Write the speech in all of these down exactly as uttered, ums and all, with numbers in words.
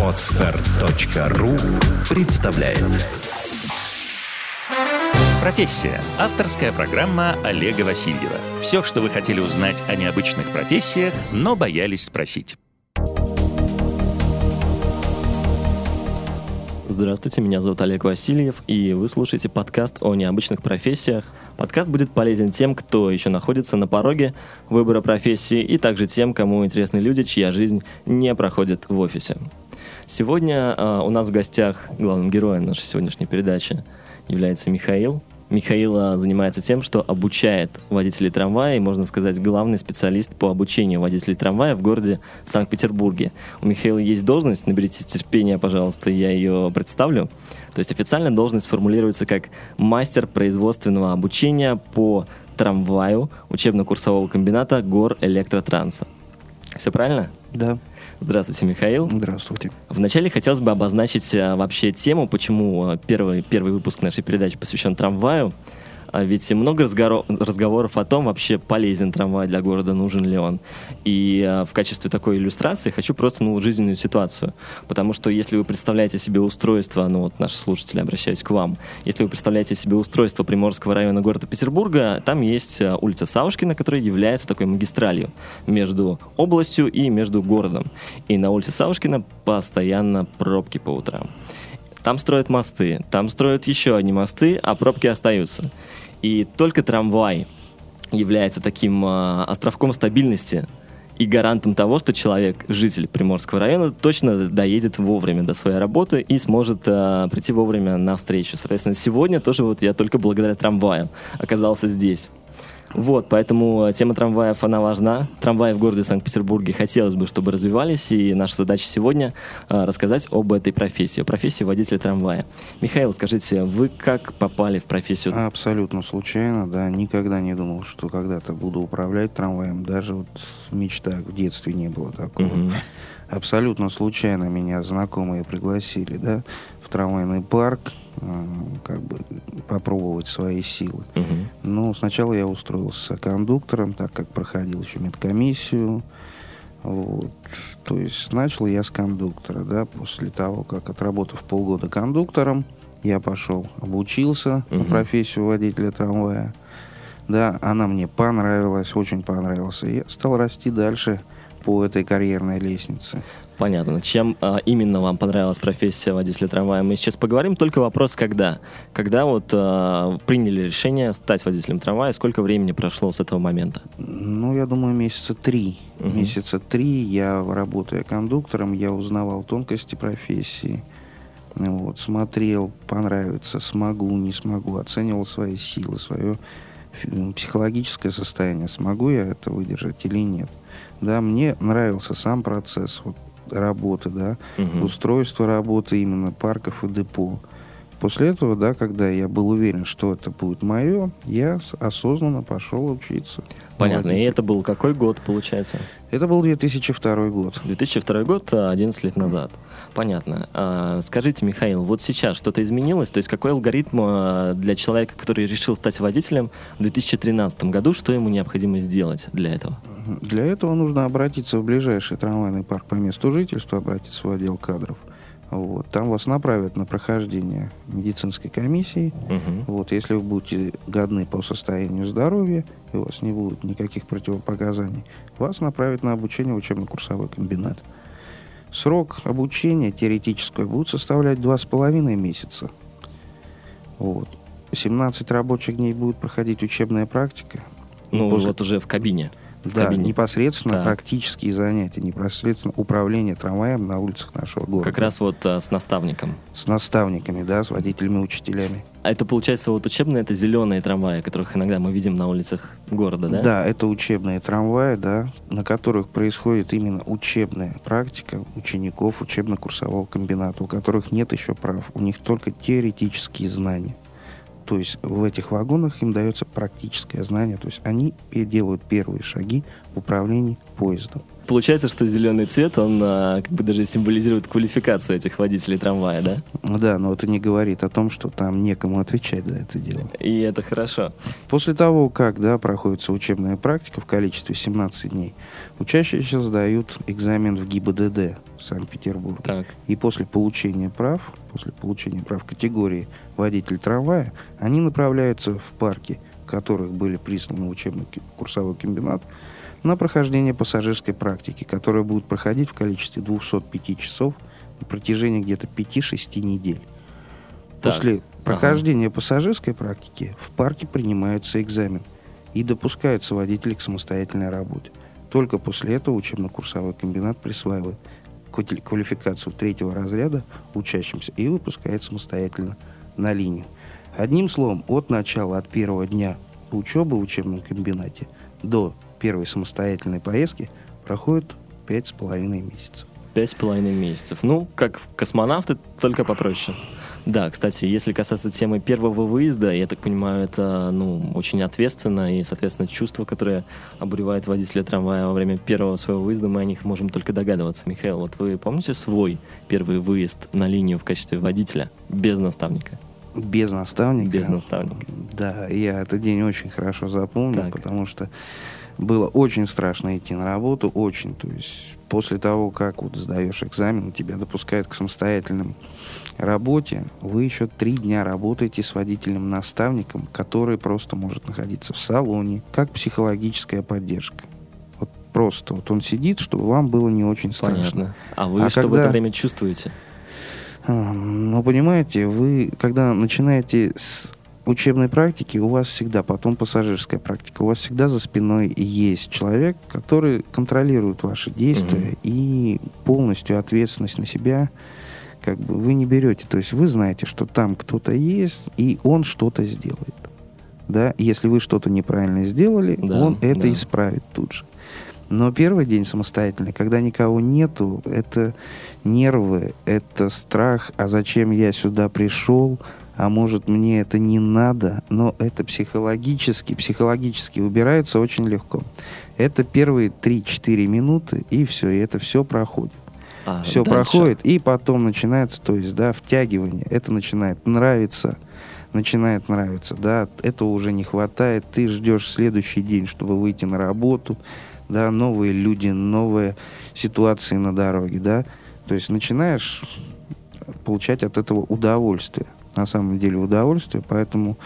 Подстер точка ру представляет. Профессия. Авторская программа Олега Васильева. Все, что вы хотели узнать о необычных профессиях, но боялись спросить. Здравствуйте, меня зовут Олег Васильев, и вы слушаете подкаст о необычных профессиях. Подкаст будет полезен тем, кто еще находится на пороге выбора профессии, и также тем, кому интересны люди, чья жизнь не проходит в офисе. Сегодня э, у нас в гостях главным героем нашей сегодняшней передачи является Михаил. Михаил занимается тем, что обучает водителей трамвая, и, можно сказать, главный специалист по обучению водителей трамвая в городе Санкт-Петербурге. У Михаила есть должность, наберитесь терпения, пожалуйста, я ее представлю. То есть официально должность формулируется как мастер производственного обучения по трамваю учебно-курсового комбината Горэлектротранса. Все правильно? Да. Здравствуйте, Михаил. Здравствуйте. Вначале хотелось бы обозначить а, вообще тему, почему а, первый, первый выпуск нашей передачи посвящен трамваю. А, ведь много разговор, разговоров о том, вообще полезен трамвай для города, нужен ли он. И а, в качестве такой иллюстрации хочу просто ну, жизненную ситуацию. Потому что если вы представляете себе устройство, ну вот наши слушатели, обращаюсь к вам, если вы представляете себе устройство Приморского района города Петербурга, там есть а, улица Савушкина, которая является такой магистралью между областью и между городом. И на улице Савушкина постоянно пробки по утрам. Там строят мосты, там строят еще одни мосты, а пробки остаются. И только трамвай является таким э, островком стабильности и гарантом того, что человек, житель Приморского района, точно доедет вовремя до своей работы и сможет э, прийти вовремя на встречу. Соответственно, сегодня тоже вот я только благодаря трамваю оказался здесь. Вот, поэтому тема трамваев, она важна. Трамваи в городе Санкт-Петербурге хотелось бы, чтобы развивались, и наша задача сегодня э, рассказать об этой профессии, о профессии водителя трамвая. Михаил, скажите, вы как попали в профессию? Абсолютно случайно, да, никогда не думал, что когда-то буду управлять трамваем, даже вот в мечтах в детстве не было такого. Угу. Абсолютно случайно меня знакомые пригласили, да, в трамвайный парк, э, как бы попробовать свои силы. Угу. Ну, сначала я устроился кондуктором, так как проходил еще медкомиссию. Вот. То есть начал я с кондуктора, да, после того, как отработав полгода кондуктором, я пошел, обучился угу. на профессию водителя трамвая. Да, она мне понравилась, очень понравилась. И я стал расти дальше по этой карьерной лестнице. Понятно. Чем а, именно вам понравилась профессия водителя трамвая, мы сейчас поговорим. Только вопрос, когда? Когда вот а, приняли решение стать водителем трамвая, сколько времени прошло с этого момента? Ну, я думаю, месяца три. Угу. Месяца три я, работая кондуктором, я узнавал тонкости профессии. Вот, смотрел, понравится, смогу, не смогу, оценивал свои силы, свое психологическое состояние, смогу я это выдержать или нет. Да, мне нравился сам процесс вот, работы, да, угу. устройство работы именно парков и депо. После этого, да, когда я был уверен, что это будет мое, я осознанно пошел учиться. Понятно. И это был какой год, получается? Это был две тысячи второй год. две тысячи второй год, одиннадцать лет назад. Понятно. А, скажите, Михаил, вот сейчас что-то изменилось? То есть какой алгоритм для человека, который решил стать водителем в две тысячи тринадцатом году, что ему необходимо сделать для этого? Для этого нужно обратиться в ближайший трамвайный парк по месту жительства, обратиться в отдел кадров. Вот. Там вас направят на прохождение медицинской комиссии. Угу. Вот. Если вы будете годны по состоянию здоровья, и у вас не будет никаких противопоказаний, вас направят на обучение в учебно-курсовой комбинат. Срок обучения теоретического будет составлять два с половиной месяца. Вот. семнадцать рабочих дней будет проходить учебная практика. Ну, после... вот уже в кабине. В да, кабине. непосредственно так. практические занятия, непосредственно управление трамваем на улицах нашего города. Как раз вот а, с наставником. С наставниками, да, с водителями, учителями. А это, получается, вот учебные, это зеленые трамваи, которых иногда мы видим на улицах города, да? Да, это учебные трамваи, да, на которых происходит именно учебная практика учеников учебно-курсового комбината, у которых нет еще прав, у них только теоретические знания. То есть в этих вагонах им дается практическое знание. То есть они делают первые шаги в управлении поездом. получается, что зеленый цвет, он а, как бы даже символизирует квалификацию этих водителей трамвая, да? Да, но это не говорит о том, что там некому отвечать за это дело. И это хорошо. После того, как, да, проходится учебная практика в количестве семнадцати дней, учащиеся сдают экзамен в ГИБДД в Санкт-Петербурге. Так. И после получения прав, после получения прав категории водитель трамвая, они направляются в парки, в которых были присланы учебно-курсовой комбинат, на прохождение пассажирской практики, которая будет проходить в количестве двухсот пяти часов на протяжении где-то пяти-шести недель. Так. После прохождения ага. пассажирской практики в парке принимается экзамен и допускаются водители к самостоятельной работе. Только после этого учебно-курсовой комбинат присваивает квалификацию третьего разряда учащимся и выпускает самостоятельно на линию. Одним словом, от начала, от первого дня учебы в учебном комбинате до первой самостоятельной поездки проходит пять с половиной месяцев. Пять с половиной месяцев. Ну, как космонавты, только попроще. Да, кстати, если касаться темы первого выезда, я так понимаю, это ну, очень ответственно, и, соответственно, чувства, которые обуревают водителя трамвая во время первого своего выезда, мы о них можем только догадываться. Михаил, вот вы помните свой первый выезд на линию в качестве водителя без наставника? Без наставника? Без наставника. Да, я этот день очень хорошо запомнил, так. потому что было очень страшно идти на работу, очень. То есть после того, как вот сдаешь экзамен, тебя допускают к самостоятельной работе, вы еще три дня работаете с водителем-наставником, который просто может находиться в салоне, как психологическая поддержка. Вот просто вот он сидит, чтобы вам было не очень страшно. Понятно. А вы а что когда... в это время чувствуете? Ну, понимаете, вы, когда начинаете с учебной практики, у вас всегда, потом пассажирская практика, у вас всегда за спиной есть человек, который контролирует ваши действия, угу. и полностью ответственность на себя как бы вы не берете. То есть вы знаете, что там кто-то есть, и он что-то сделает. Да? Если вы что-то неправильно сделали, да, он это да. исправит тут же. Но первый день самостоятельный, когда никого нету, это нервы, это страх, а зачем я сюда пришел, а может мне это не надо, но это психологически, психологически убирается очень легко. Это первые три-четыре минуты, и все, и это все проходит. А, все дальше. проходит, и потом начинается, то есть, да, втягивание, это начинает нравиться, начинает нравиться, да, этого уже не хватает, ты ждешь следующий день, чтобы выйти на работу, да, новые люди, новые ситуации на дороге, да, то есть начинаешь получать от этого удовольствие, на самом деле удовольствие, поэтому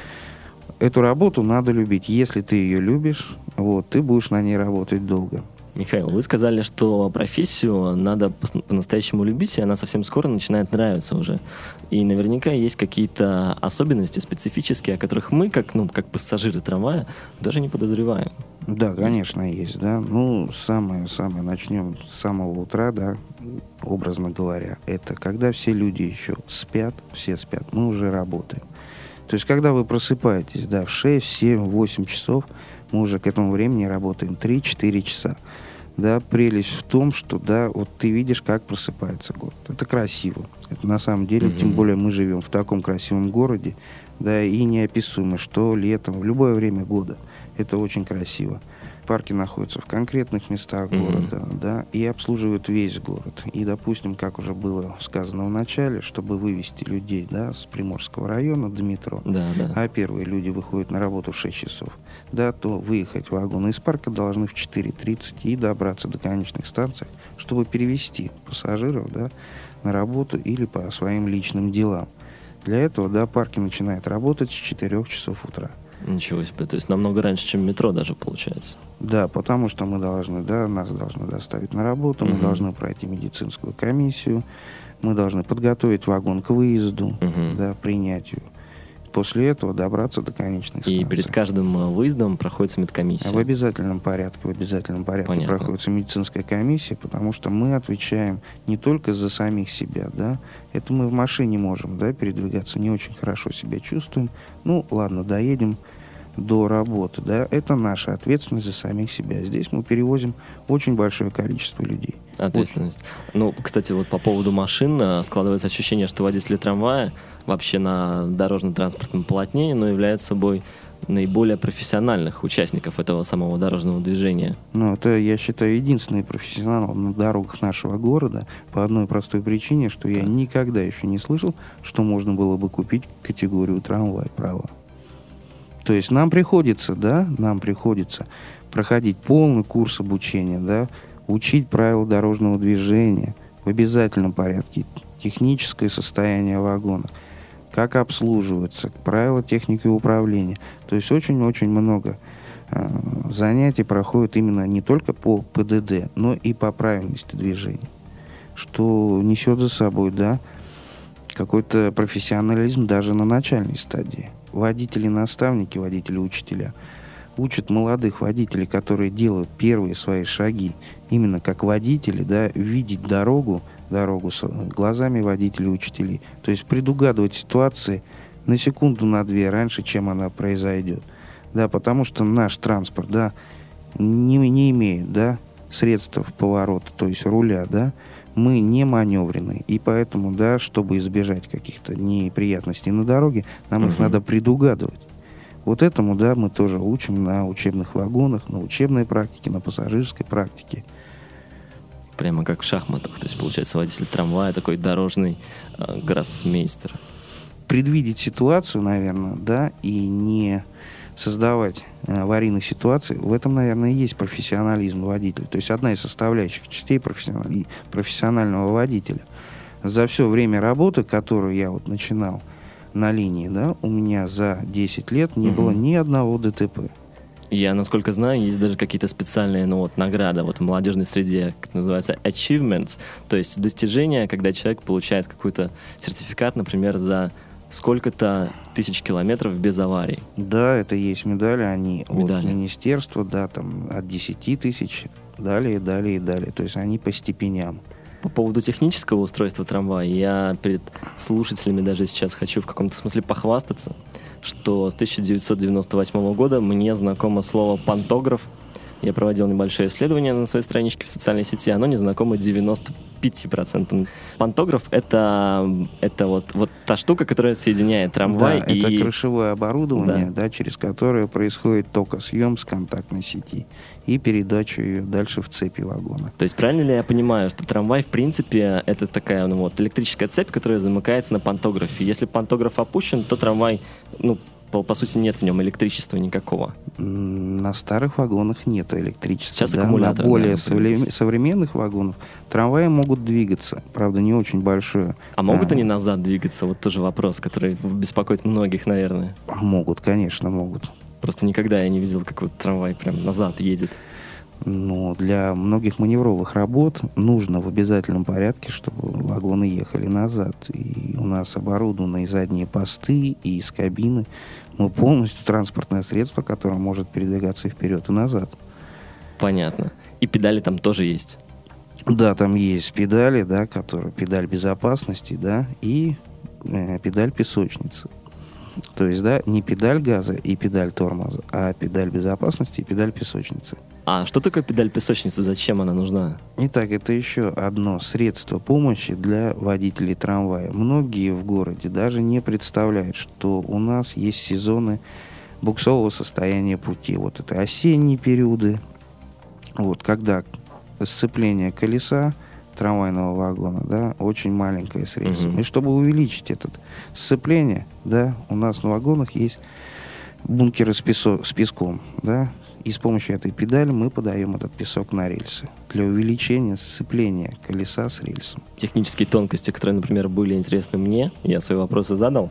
эту работу надо любить, если ты ее любишь, вот, ты будешь на ней работать долго. Михаил, вы сказали, что профессию надо по-настоящему любить, и она совсем скоро начинает нравиться уже. И наверняка есть какие-то особенности специфические, о которых мы, как, ну, как пассажиры трамвая, даже не подозреваем. Да, конечно, есть, да. Ну, самое-самое, начнем с самого утра, да, образно говоря. Это когда все люди еще спят, все спят, мы уже работаем. То есть, когда вы просыпаетесь, да, в шесть, семь, восемь часов, мы уже к этому времени работаем три-четыре часа. Да, прелесть в том, что, да, вот ты видишь, как просыпается город. Это красиво. Это на самом деле, mm-hmm. тем более мы живем в таком красивом городе, да, и неописуемо, что летом, в любое время года. Это очень красиво. Парки находятся в конкретных местах mm-hmm. города, да, и обслуживают весь город. И, допустим, как уже было сказано в начале, чтобы вывести людей, да, с Приморского района до метро, да, да. а первые люди выходят на работу в шесть часов, да, то выехать вагоны из парка должны в четыре тридцать и добраться до конечных станций, чтобы перевести пассажиров, да, на работу или по своим личным делам. Для этого, да, парки начинают работать с четырёх часов утра. Ничего себе, то есть намного раньше, чем метро даже получается. Да, потому что мы должны, да, нас должны доставить на работу, мы uh-huh. должны пройти медицинскую комиссию, мы должны подготовить вагон к выезду, uh-huh. да, принятию. После этого добраться до конечных станций. И перед каждым выездом проходится медкомиссия. В обязательном порядке, в обязательном порядке Понятно. проходится медицинская комиссия, потому что мы отвечаем не только за самих себя, да, это мы в машине можем, да, передвигаться, не очень хорошо себя чувствуем, ну, ладно, доедем до работы, да, это наша ответственность за самих себя. Здесь мы перевозим очень большое количество людей. Ответственность. Очень. Ну, кстати, вот по поводу машин складывается ощущение, что водители трамвая вообще на дорожно-транспортном полотне, но являются собой наиболее профессиональных участников этого самого дорожного движения. Ну, это, я считаю, единственный профессионал на дорогах нашего города по одной простой причине, что я никогда еще не слышал, что можно было бы купить категорию трамвай права. То есть нам приходится, да, нам приходится проходить полный курс обучения, да, учить правила дорожного движения в обязательном порядке, техническое состояние вагона, как обслуживаться, правила техники управления. То есть очень-очень много э, занятий проходит именно не только по ПДД, но и по правильности движения, что несет за собой, да, какой-то профессионализм даже на начальной стадии. Водители-наставники, водители-учителя учат молодых водителей, которые делают первые свои шаги, именно как водители, да, видеть дорогу, дорогу с глазами водителей-учителей. То есть предугадывать ситуации на секунду, на две раньше, чем она произойдет. Да, потому что наш транспорт, да, не, не имеет, да, средств поворота, то есть руля, да, мы не маневренные, и поэтому, да, чтобы избежать каких-то неприятностей на дороге, нам uh-huh. их надо предугадывать. Вот этому, да, мы тоже учим на учебных вагонах, на учебной практике, на пассажирской практике. Прямо как в шахматах, то есть, получается, водитель трамвая такой дорожный э, гроссмейстер. Предвидеть ситуацию, наверное, да, и не создавать э, аварийных ситуаций, в этом, наверное, и есть профессионализм водителя. То есть одна из составляющих частей профессиональ... профессионального водителя. За все время работы, которую я вот начинал на линии, да, у меня за десять лет не угу. было ни одного ДТП. Я, насколько знаю, есть даже какие-то специальные, ну, вот, награды вот, в молодежной среде, как называется, achievements, то есть достижения, когда человек получает какой-то сертификат, например, за сколько-то тысяч километров без аварий. Да, это есть медали, они медали. От министерства, да, там от десяти тысяч, далее, далее, далее. То есть они по степеням. По поводу технического устройства трамвая, я перед слушателями даже сейчас хочу в каком-то смысле похвастаться, что с тысяча девятьсот девяносто восьмого года мне знакомо слово «пантограф». Я проводил небольшое исследование на своей страничке в социальной сети, оно не знакомо девяноста пяти процентам. Пантограф — это, это вот, вот та штука, которая соединяет трамвай да, и... это крышевое оборудование, да. Да, через которое происходит токосъем с контактной сети и передача ее дальше в цепи вагона. То есть правильно ли я понимаю, что трамвай, в принципе, это такая, ну, вот, электрическая цепь, которая замыкается на пантографе? Если пантограф опущен, то трамвай, ну, по, по сути, нет в нем электричества никакого. На старых вагонах нет электричества. Сейчас да? аккумулятор. На более современ... современных вагонах трамваи могут двигаться. Правда, не очень большое. А могут а... они назад двигаться? Вот тоже вопрос, который беспокоит многих, наверное. Могут, конечно, могут. Просто никогда я не видел, как вот трамвай прям назад едет. Но для многих маневровых работ нужно в обязательном порядке, чтобы вагоны ехали назад. И у нас оборудованы и задние посты, и из кабины. Мы полностью транспортное средство, которое может передвигаться и вперед, и назад. Понятно. И педали там тоже есть? Да, там есть педали, да, которые педаль безопасности, да, и э, педаль песочницы. То есть, да, не педаль газа и педаль тормоза, а педаль безопасности и педаль песочницы. А что такое педаль песочницы? Зачем она нужна? Итак, это еще одно средство помощи для водителей трамвая. Многие в городе даже не представляют, что у нас есть сезоны буксового состояния пути. Вот это осенние периоды, вот, когда сцепление колеса трамвайного вагона, да, очень маленькое средство. Uh-huh. И чтобы увеличить это сцепление, да, у нас на вагонах есть бункеры с, песо- с песком, да, и с помощью этой педали мы подаем этот песок на рельсы для увеличения сцепления колеса с рельсом. Технические тонкости, которые, например, были интересны мне, я свои вопросы задал,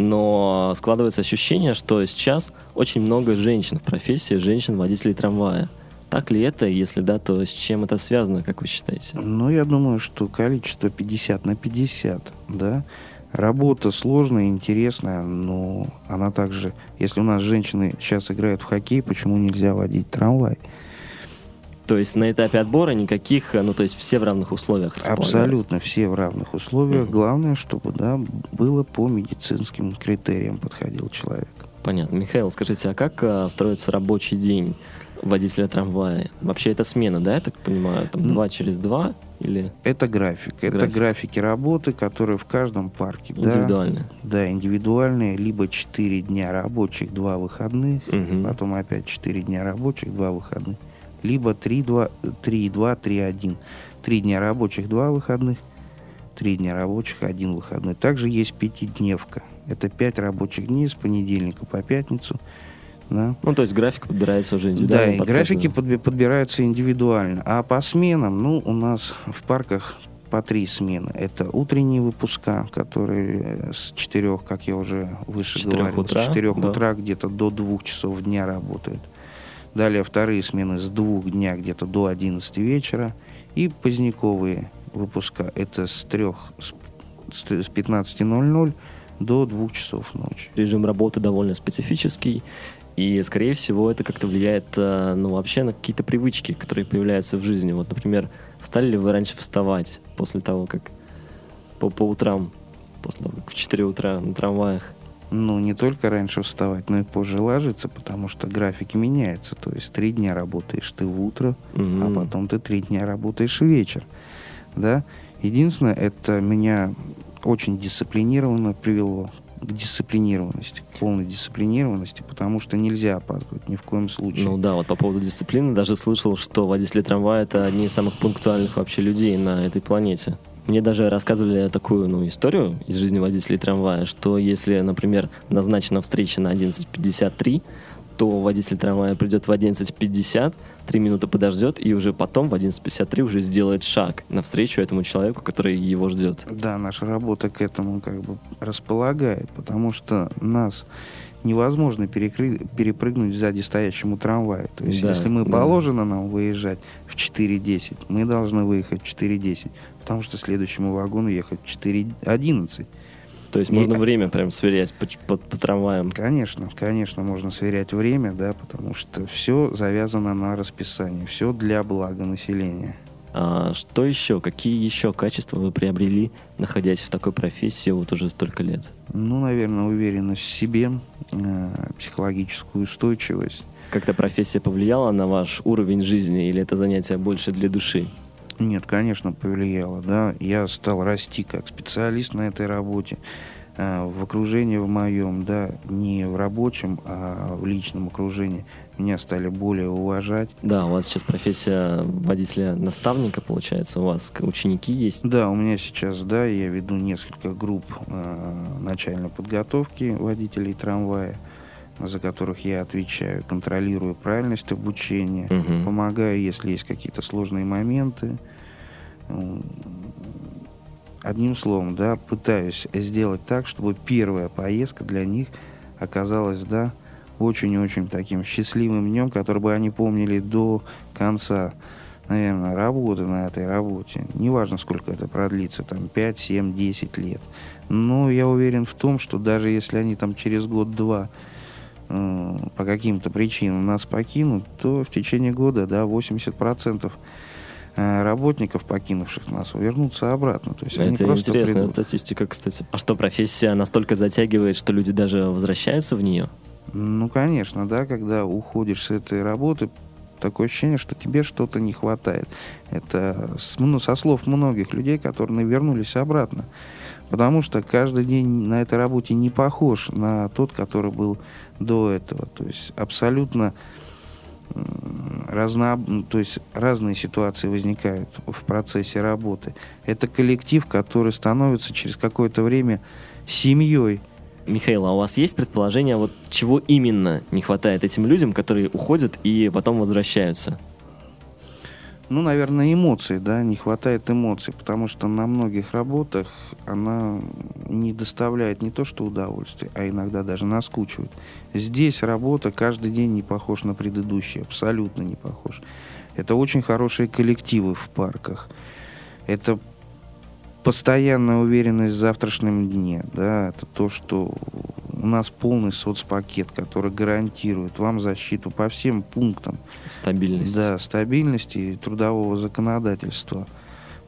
но складывается ощущение, что сейчас очень много женщин в профессии, женщин-водителей трамвая. Так ли это? Если да, то с чем это связано, как вы считаете? Ну, я думаю, что количество пятьдесят на пятьдесят, да. Работа сложная, интересная, но она также... Если у нас женщины сейчас играют в хоккей, почему нельзя водить трамвай? То есть на этапе отбора никаких... Ну, то есть все в равных условиях располагаются? Абсолютно все в равных условиях. Mm-hmm. Главное, чтобы, да, было по медицинским критериям подходил человек. Понятно. Михаил, скажите, а как а, строится рабочий день водителя трамвая? Вообще это смена, да, я так понимаю? Там два через два или... Это график. график. Это графики работы, которые в каждом парке. Индивидуальные. Да, да, индивидуальные. Либо четыре дня рабочих, два выходных. Угу. Потом опять четыре дня рабочих, два выходных. Либо три два, три два, три один. три дня рабочих, два выходных. три дня рабочих, один выходной. Также есть пятидневка. Это пять рабочих дней с понедельника по пятницу. Да. Ну, то есть график подбирается уже индивидуально. Да, и графики подби- подбираются индивидуально. А по сменам, ну, у нас в парках по три смены. Это утренние выпуска, которые с четырех, как я уже выше говорил, утра, с четырех да. утра где-то до двух часов дня работают. Далее вторые смены с двух дня где-то до одиннадцати вечера. И поздняковые выпуска. Это с трех, с пятнадцати ноль-ноль до двух часов ночи. Режим работы довольно специфический. И, скорее всего, это как-то влияет, ну, вообще на какие-то привычки, которые появляются в жизни. Вот, например, стали ли вы раньше вставать после того, как по, по утрам, после того, как в четыре утра на трамваях? Ну, не только раньше вставать, но и позже ложиться, потому что графики меняются. То есть три дня работаешь ты в утро, mm-hmm. а потом ты три дня работаешь в вечер. Да? Единственное, это меня очень дисциплинированно привело к дисциплинированности, к полной дисциплинированности, потому что нельзя опаздывать ни в коем случае. Ну да, вот по поводу дисциплины даже слышал, что водители трамвая — это одни из самых пунктуальных вообще людей на этой планете. Мне даже рассказывали такую, ну, историю из жизни водителей трамвая, что если, например, назначена встреча на одиннадцать пятьдесят три, то водитель трамвая придет в одиннадцать пятьдесят, три минуты подождет, и уже потом в одиннадцать пятьдесят три уже сделает шаг навстречу этому человеку, который его ждет. Да, наша работа к этому как бы располагает, потому что нас невозможно перекры... перепрыгнуть сзади стоящему трамваю. То есть, да, если мы да. положено нам выезжать в четыре десять, мы должны выехать в четыре десять, потому что следующему вагону ехать в четыре одиннадцать. То есть можно и... время прям сверять по, по, по трамваям? Конечно, конечно, можно сверять время, да, потому что все завязано на расписании, все для блага населения. А что еще? Какие еще качества вы приобрели, находясь в такой профессии вот уже столько лет? Ну, наверное, уверенность в себе, э, психологическую устойчивость. Как-то профессия повлияла на ваш уровень жизни, или это занятие больше для души? Нет, конечно, повлияло, да. Я стал расти как специалист на этой работе, э, в окружении в моем, да, не в рабочем, а в личном окружении. Меня стали более уважать. Да, у вас сейчас профессия водителя-наставника, получается, у вас ученики есть? Да, у меня сейчас, да, я веду несколько групп э, начальной подготовки водителей трамвая, за которых я отвечаю, контролирую правильность обучения, угу. помогаю, если есть какие-то сложные моменты. Одним словом, да, пытаюсь сделать так, чтобы первая поездка для них оказалась, да, очень-очень таким счастливым днем, который бы они помнили до конца, наверное, работы на этой работе. Неважно, сколько это продлится, там пять, семь, десять лет. Но я уверен в том, что даже если они там через год-два э, по каким-то причинам нас покинут, то в течение года, да, восемьдесят процентов работников, покинувших нас, вернутся обратно. То есть это они просто интересная придут. Статистика, кстати. А что, профессия настолько затягивает, что люди даже возвращаются в нее? Ну, конечно, да, когда уходишь с этой работы, такое ощущение, что тебе что-то не хватает. Это ну, со слов многих людей, которые вернулись обратно. Потому что каждый день на этой работе не похож на тот, который был до этого. То есть абсолютно разно... то есть разные ситуации возникают в процессе работы. Это коллектив, который становится через какое-то время семьей. Михаил, а у вас есть предположение, вот чего именно не хватает этим людям, которые уходят и потом возвращаются? Ну, наверное, эмоций, да, не хватает эмоций, потому что на многих работах она не доставляет не то что удовольствие, а иногда даже наскучивает. Здесь работа каждый день не похож на предыдущий, абсолютно не похож. Это очень хорошие коллективы в парках. Это постоянная уверенность в завтрашнем дне, да, это то, что у нас полный соцпакет, который гарантирует вам защиту по всем пунктам. Стабильность. Да, стабильности и трудового законодательства.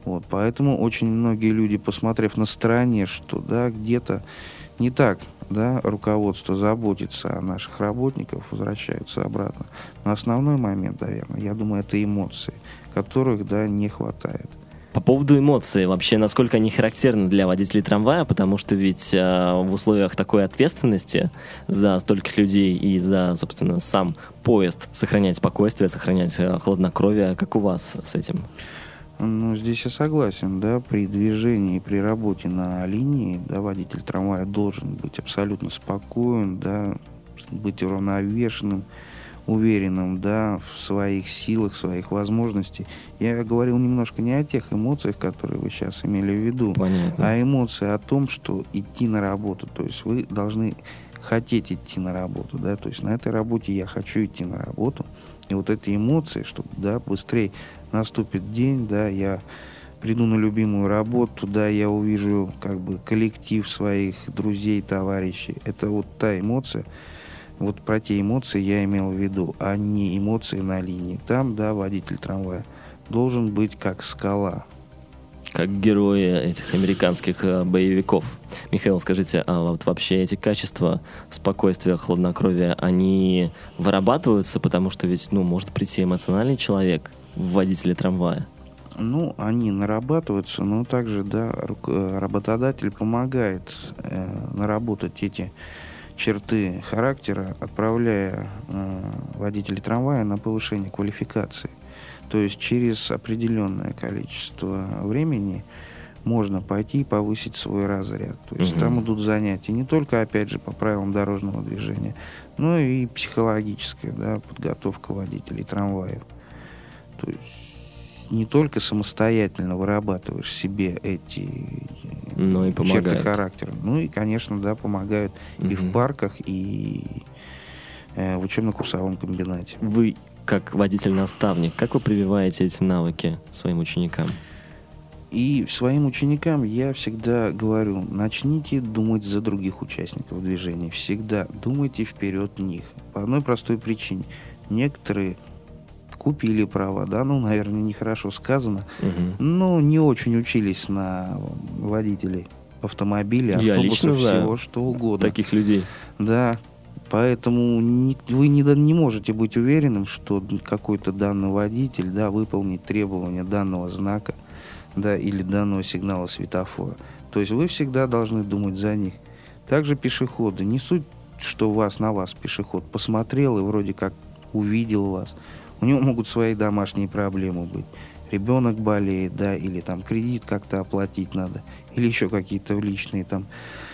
Вот, поэтому очень многие люди, посмотрев на стороне, что да, где-то не так, да, руководство заботится о наших работниках, возвращаются обратно. Но основной момент, наверное, я думаю, это эмоции, которых, да, не хватает. По поводу эмоций, вообще, насколько они характерны для водителей трамвая, потому что ведь э, в условиях такой ответственности за стольких людей и за, собственно, сам поезд сохранять спокойствие, сохранять э, хладнокровие, как у вас с этим? Ну, здесь я согласен, да, при движении, при работе на линии, да, водитель трамвая должен быть абсолютно спокоен, да, быть уравновешенным, уверенным, да, в своих силах, в своих возможностях. Я говорил немножко не о тех эмоциях, которые вы сейчас имели в виду, Понятно. а эмоции о том, что идти на работу. То есть вы должны хотеть идти на работу, да, то есть на этой работе я хочу идти на работу. И вот эти эмоции, чтобы, да, быстрее наступит день, да, я приду на любимую работу, да, я увижу, как бы, коллектив своих друзей, товарищей. Это вот та эмоция. Вот про те эмоции я имел в виду, а не эмоции на линии. Там, да, водитель трамвая должен быть как скала. Как герои этих американских э, боевиков. Михаил, скажите, а вот вообще эти качества спокойствия, хладнокровия, они вырабатываются, потому что ведь, ну, может прийти эмоциональный человек в водителе трамвая? Ну, они нарабатываются, но также, да, работодатель помогает э, наработать эти черты характера, отправляя э, водителей трамвая на повышение квалификации. То есть через определенное количество времени можно пойти и повысить свой разряд. То есть угу. там идут занятия не только, опять же, по правилам дорожного движения, но и психологическая, да, подготовка водителей трамваев. То есть не только самостоятельно вырабатываешь себе эти но и черты характера, ну и, конечно, да, помогают угу. и в парках, и э, в учебно-курсовом комбинате. Вы, как водитель-наставник, как вы прививаете эти навыки своим ученикам? И своим ученикам я всегда говорю, начните думать за других участников движения. Всегда думайте вперед них. По одной простой причине. Некоторые купили права, да, ну, наверное, нехорошо сказано, угу. но не очень учились на водителей автомобилей, автобусов, всего что угодно. Таких людей. Да, поэтому не, вы не, не можете быть уверенным, что какой-то данный водитель, да, выполнит требования данного знака, да, или данного сигнала светофора. То есть вы всегда должны думать за них. Также пешеходы. Не суть, что вас на вас пешеход посмотрел и вроде как увидел вас. У него могут свои домашние проблемы быть. Ребенок болеет, да, или там кредит как-то оплатить надо, или еще какие-то личные там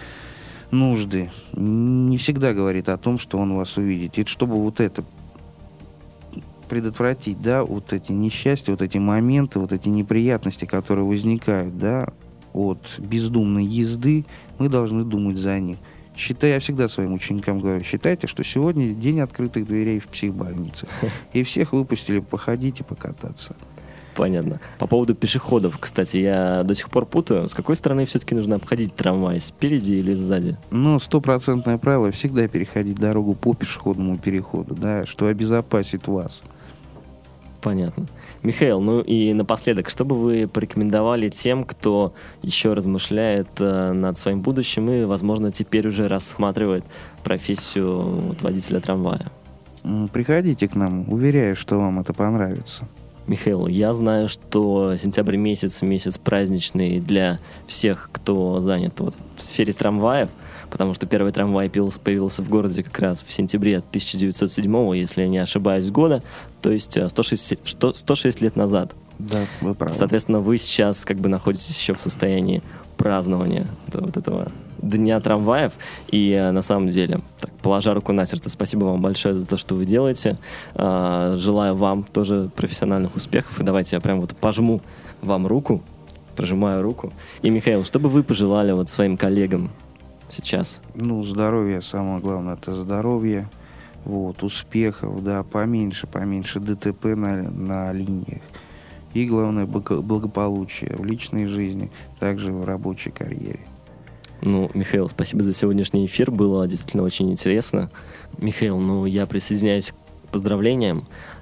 нужды. Не всегда говорит о том, что он вас увидит. И чтобы вот это предотвратить, да, вот эти несчастья, вот эти моменты, вот эти неприятности, которые возникают, да, от бездумной езды, мы должны думать за них. Считай, я всегда своим ученикам говорю, считайте, что сегодня день открытых дверей в психбольнице. И всех выпустили походить и покататься. Понятно. По поводу пешеходов, кстати, я до сих пор путаю. С какой стороны все-таки нужно обходить трамвай? Спереди или сзади? Ну, стопроцентное правило всегда переходить дорогу по пешеходному переходу, да, что обезопасит вас. Понятно. Михаил, ну и напоследок, что бы вы порекомендовали тем, кто еще размышляет э, над своим будущим и, возможно, теперь уже рассматривает профессию вот, водителя трамвая? Приходите к нам, уверяю, что вам это понравится. Михаил, я знаю, что сентябрь месяц, месяц праздничный для всех, кто занят вот в сфере трамваев, потому что первый трамвай появился в городе как раз в сентябре тысяча девятьсот седьмого, если я не ошибаюсь, года, то есть сто шесть лет назад. Да, вы правы. Соответственно, вы сейчас как бы находитесь еще в состоянии празднования вот этого дня трамваев. И на самом деле, так, положа руку на сердце, спасибо вам большое за то, что вы делаете. Желаю вам тоже профессиональных успехов. И давайте я прям вот пожму вам руку, прожимаю руку. И, Михаил, что бы вы пожелали вот своим коллегам сейчас? Ну, здоровье, самое главное, это здоровье. Вот, успехов, да, поменьше, поменьше ДТП на, на линиях. И, главное, благополучие в личной жизни, также в рабочей карьере. Ну, Михаил, спасибо за сегодняшний эфир, было действительно очень интересно. Михаил, ну, я присоединяюсь к поздравлениям.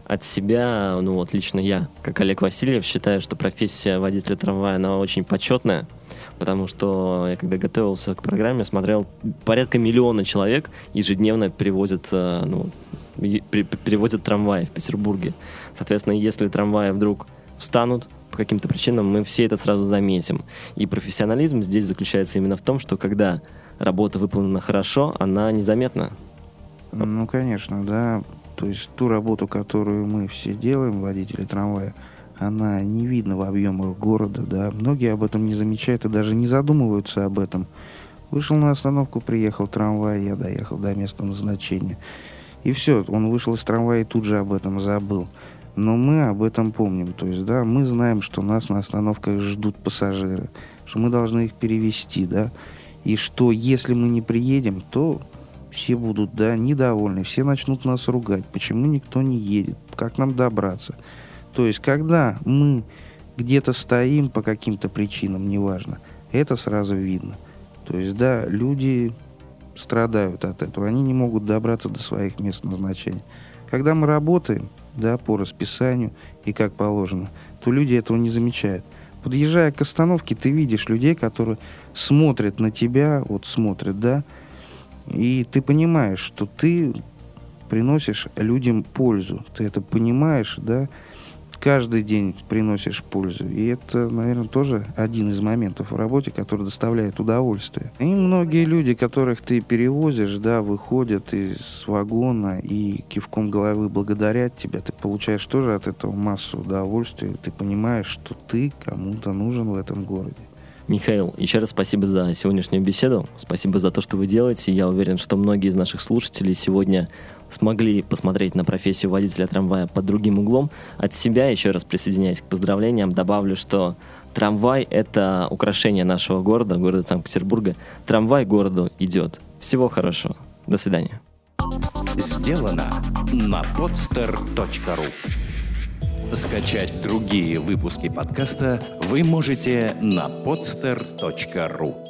От себя, ну вот лично я, как Олег Васильев, считаю, что профессия водителя трамвая, она очень почетная, потому что я когда готовился к программе, смотрел, порядка миллиона человек ежедневно перевозят, ну, перевозят трамваи в Петербурге. Соответственно, если трамваи вдруг встанут по каким-то причинам, мы все это сразу заметим. И профессионализм здесь заключается именно в том, что когда работа выполнена хорошо, она незаметна. Ну, конечно, да. То есть ту работу, которую мы все делаем, водители трамвая, она не видна в объемах города, да. Многие об этом не замечают и даже не задумываются об этом. Вышел на остановку, приехал трамвай, я доехал до места назначения. И все, он вышел из трамвая и тут же об этом забыл. Но мы об этом помним. То есть, да, мы знаем, что нас на остановках ждут пассажиры, что мы должны их перевезти, да. И что если мы не приедем, то все будут, да, недовольны, все начнут нас ругать, почему никто не едет, как нам добраться. То есть, когда мы где-то стоим по каким-то причинам, неважно, это сразу видно. То есть, да, люди страдают от этого, они не могут добраться до своих мест назначения. Когда мы работаем, да, по расписанию и как положено, то люди этого не замечают. Подъезжая к остановке, ты видишь людей, которые смотрят на тебя, вот смотрят, да, и ты понимаешь, что ты приносишь людям пользу. Ты это понимаешь, да? Каждый день приносишь пользу. И это, наверное, тоже один из моментов в работе, который доставляет удовольствие. И многие люди, которых ты перевозишь, да, выходят из вагона и кивком головы благодарят тебя. Ты получаешь тоже от этого массу удовольствия. Ты понимаешь, что ты кому-то нужен в этом городе. Михаил, еще раз спасибо за сегодняшнюю беседу. Спасибо за то, что вы делаете. Я уверен, что многие из наших слушателей сегодня смогли посмотреть на профессию водителя трамвая под другим углом. От себя, еще раз присоединяясь к поздравлениям, добавлю, что трамвай — это украшение нашего города, города Санкт-Петербурга. Трамвай городу идет. Всего хорошего. До свидания. Сделано на podster точка ру. Скачать другие выпуски подкаста вы можете на podster точка ру.